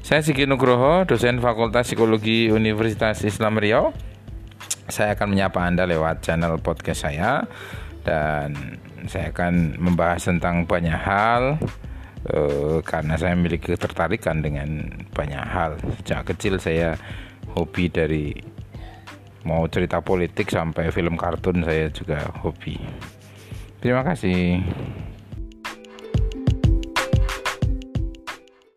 Saya Sigi Nugroho, dosen Fakultas Psikologi Universitas Islam Riau. Saya akan menyapa Anda lewat channel podcast saya, dan saya akan membahas tentang banyak hal karena saya memiliki ketertarikan dengan banyak hal. Sejak kecil saya hobi, dari mau cerita politik sampai film kartun saya juga hobi. Terima kasih.